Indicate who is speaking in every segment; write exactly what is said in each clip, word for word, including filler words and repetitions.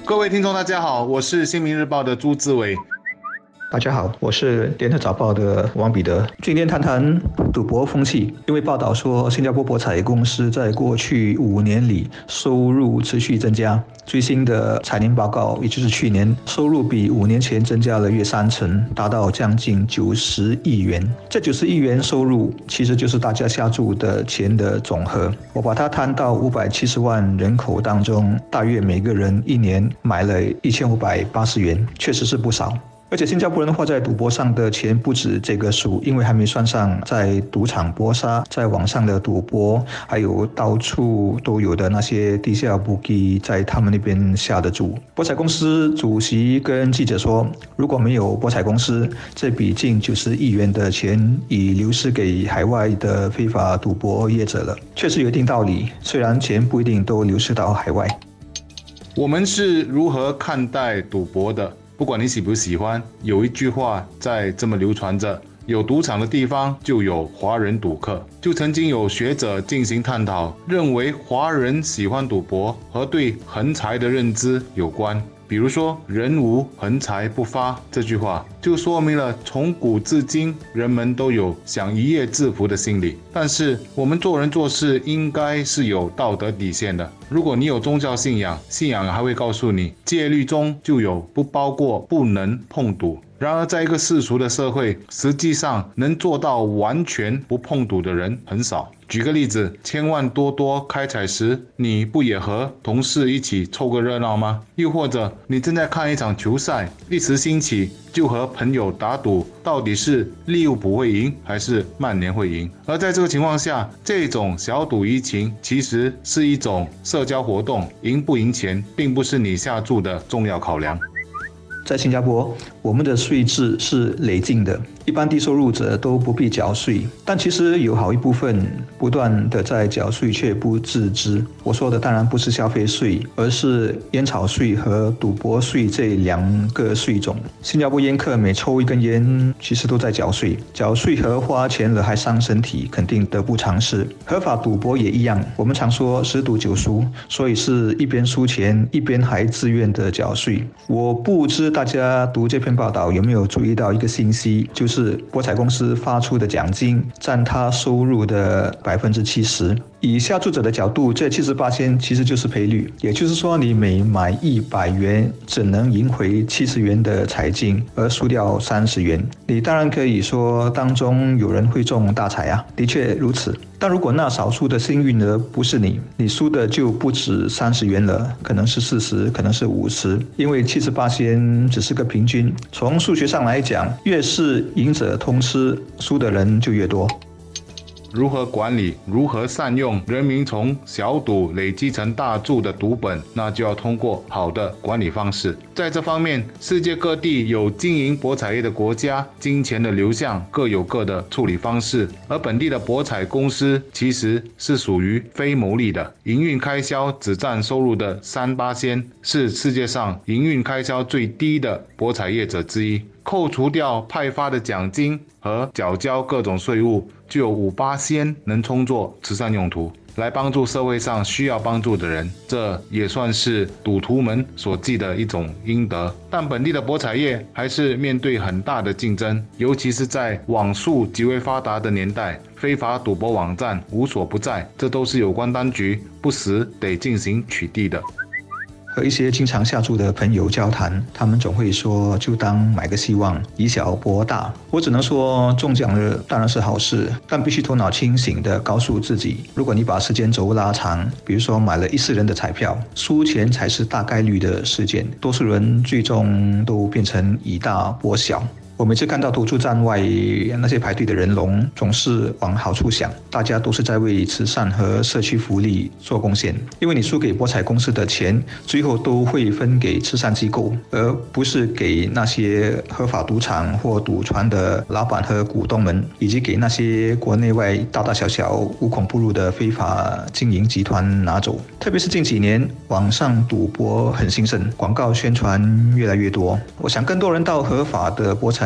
Speaker 1: 各位听众大家好，我是新民日报的朱志伟。
Speaker 2: 大家好，我是联合早报的王彼得。今天谈谈赌博风气。因为报道说，新加坡博彩公司在过去五年里收入持续增加。最新的财年报告，也就是去年，收入比五年前增加了约三成，达到将近九十亿元。这九十亿元收入，其实就是大家下注的钱的总和。我把它摊到五百七十万人口当中，大约每个人一年买了一千五百八十元，确实是不少。而且新加坡人花在赌博上的钱不止这个数，因为还没算上在赌场搏杀、在网上的赌博，还有到处都有的那些地下补给在他们那边下的注。博彩公司主席跟记者说，如果没有博彩公司，这笔近九十亿元的钱已流失给海外的非法赌博业者了。确实有一定道理，虽然钱不一定都流失到海外。
Speaker 1: 我们是如何看待赌博的？不管你喜不喜欢，有一句话在这么流传着，有赌场的地方就有华人赌客。就曾经有学者进行探讨，认为华人喜欢赌博和对横财的认知有关。比如说人无横财不发这句话，就说明了从古至今人们都有想一夜致富的心理。但是我们做人做事应该是有道德底线的。如果你有宗教信仰，信仰还会告诉你，戒律中就有不包括不能碰赌。然而在一个世俗的社会，实际上能做到完全不碰赌的人很少。举个例子，千万多多开彩时，你不也和同事一起凑个热闹吗？又或者你正在看一场球赛，一时兴起就和朋友打赌，到底是利物浦会赢还是曼联会赢？而在这个情况下，这种小赌怡情其实是一种社交活动，赢不赢钱并不是你下注的重要考量。
Speaker 2: 在新加坡，我们的税制是累进的，一般低收入者都不必缴税，但其实有好一部分不断的在缴税却不自知。我说的当然不是消费税，而是烟草税和赌博税这两个税种。新加坡烟客每抽一根烟，其实都在缴税，缴税和花钱了还伤身体，肯定得不偿失。合法赌博也一样，我们常说十赌九输，所以是一边输钱，一边还自愿的缴税。我不知大家读这篇报道有没有注意到一个信息，就是博彩公司发出的奖金占他收入的百分之七十。以下注者的角度，这七十八千其实就是赔率，也就是说，你每买一百元只能赢回七十元的彩金，而输掉三十元。你当然可以说当中有人会中大彩啊，的确如此。但如果那少数的幸运儿不是你，你输的就不止三十元了，可能是四十，可能是五十，因为七十八千只是个平均。从数学上来讲，越是赢者通吃，输的人就越多。
Speaker 1: 如何管理，如何善用人民从小赌累积成大注的赌本，那就要通过好的管理方式。在这方面，世界各地有经营博彩业的国家，金钱的流向各有各的处理方式，而本地的博彩公司其实是属于非牟利的，营运开销只占收入的三八仙，是世界上营运开销最低的博彩业者之一。扣除掉派发的奖金和缴交各种税务，就有五八仙能充作慈善用途，来帮助社会上需要帮助的人。这也算是赌徒们所记的一种应得。但本地的博彩业还是面对很大的竞争，尤其是在网速极为发达的年代，非法赌博网站无所不在，这都是有关当局不时得进行取缔的。
Speaker 2: 和一些经常下注的朋友交谈，他们总会说就当买个希望，以小博大。我只能说中奖了当然是好事，但必须头脑清醒地告诉自己，如果你把时间轴拉长，比如说买了一世人的彩票，输钱才是大概率的事件，多数人最终都变成以大博小。我每次看到赌注站外那些排队的人龙，总是往好处想，大家都是在为慈善和社区福利做贡献。因为你输给博彩公司的钱，最后都会分给慈善机构，而不是给那些合法赌场或赌船的老板和股东们，以及给那些国内外大大小小无孔不入的非法经营集团拿走。特别是近几年，网上赌博很兴盛，广告宣传越来越多。我想更多人到合法的博彩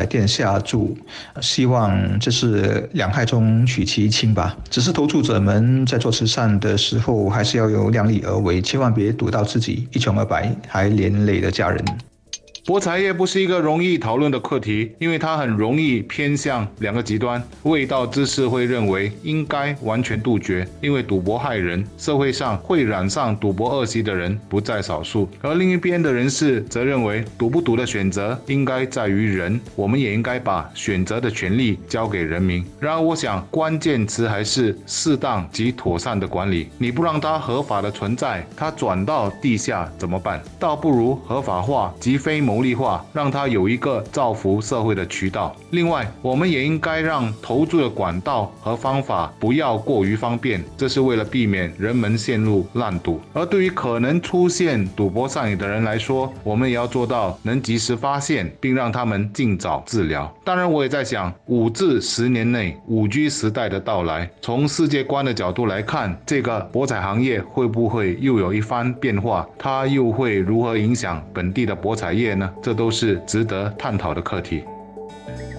Speaker 2: 彩店下注，希望这是两害中取其轻吧。只是投注者们在做慈善的时候，还是要有量力而为，千万别赌到自己一穷二白，还连累了家人。
Speaker 1: 博彩业不是一个容易讨论的课题，因为它很容易偏向两个极端。卫道之士会认为应该完全杜绝，因为赌博害人，社会上会染上赌博恶习的人不在少数。而另一边的人士则认为赌不赌的选择应该在于人，我们也应该把选择的权利交给人民。然而我想关键词还是适当及妥善的管理。你不让它合法的存在，它转到地下怎么办？倒不如合法化及非牟利化，让它有一个造福社会的渠道。另外，我们也应该让投注的管道和方法不要过于方便，这是为了避免人们陷入烂赌。而对于可能出现赌博上瘾的人来说，我们也要做到能及时发现，并让他们尽早治疗。当然，我也在想，五至十年内五 G 时代的到来，从世界观的角度来看，这个博彩行业会不会又有一番变化？它又会如何影响本地的博彩业呢？这都是值得探讨的课题。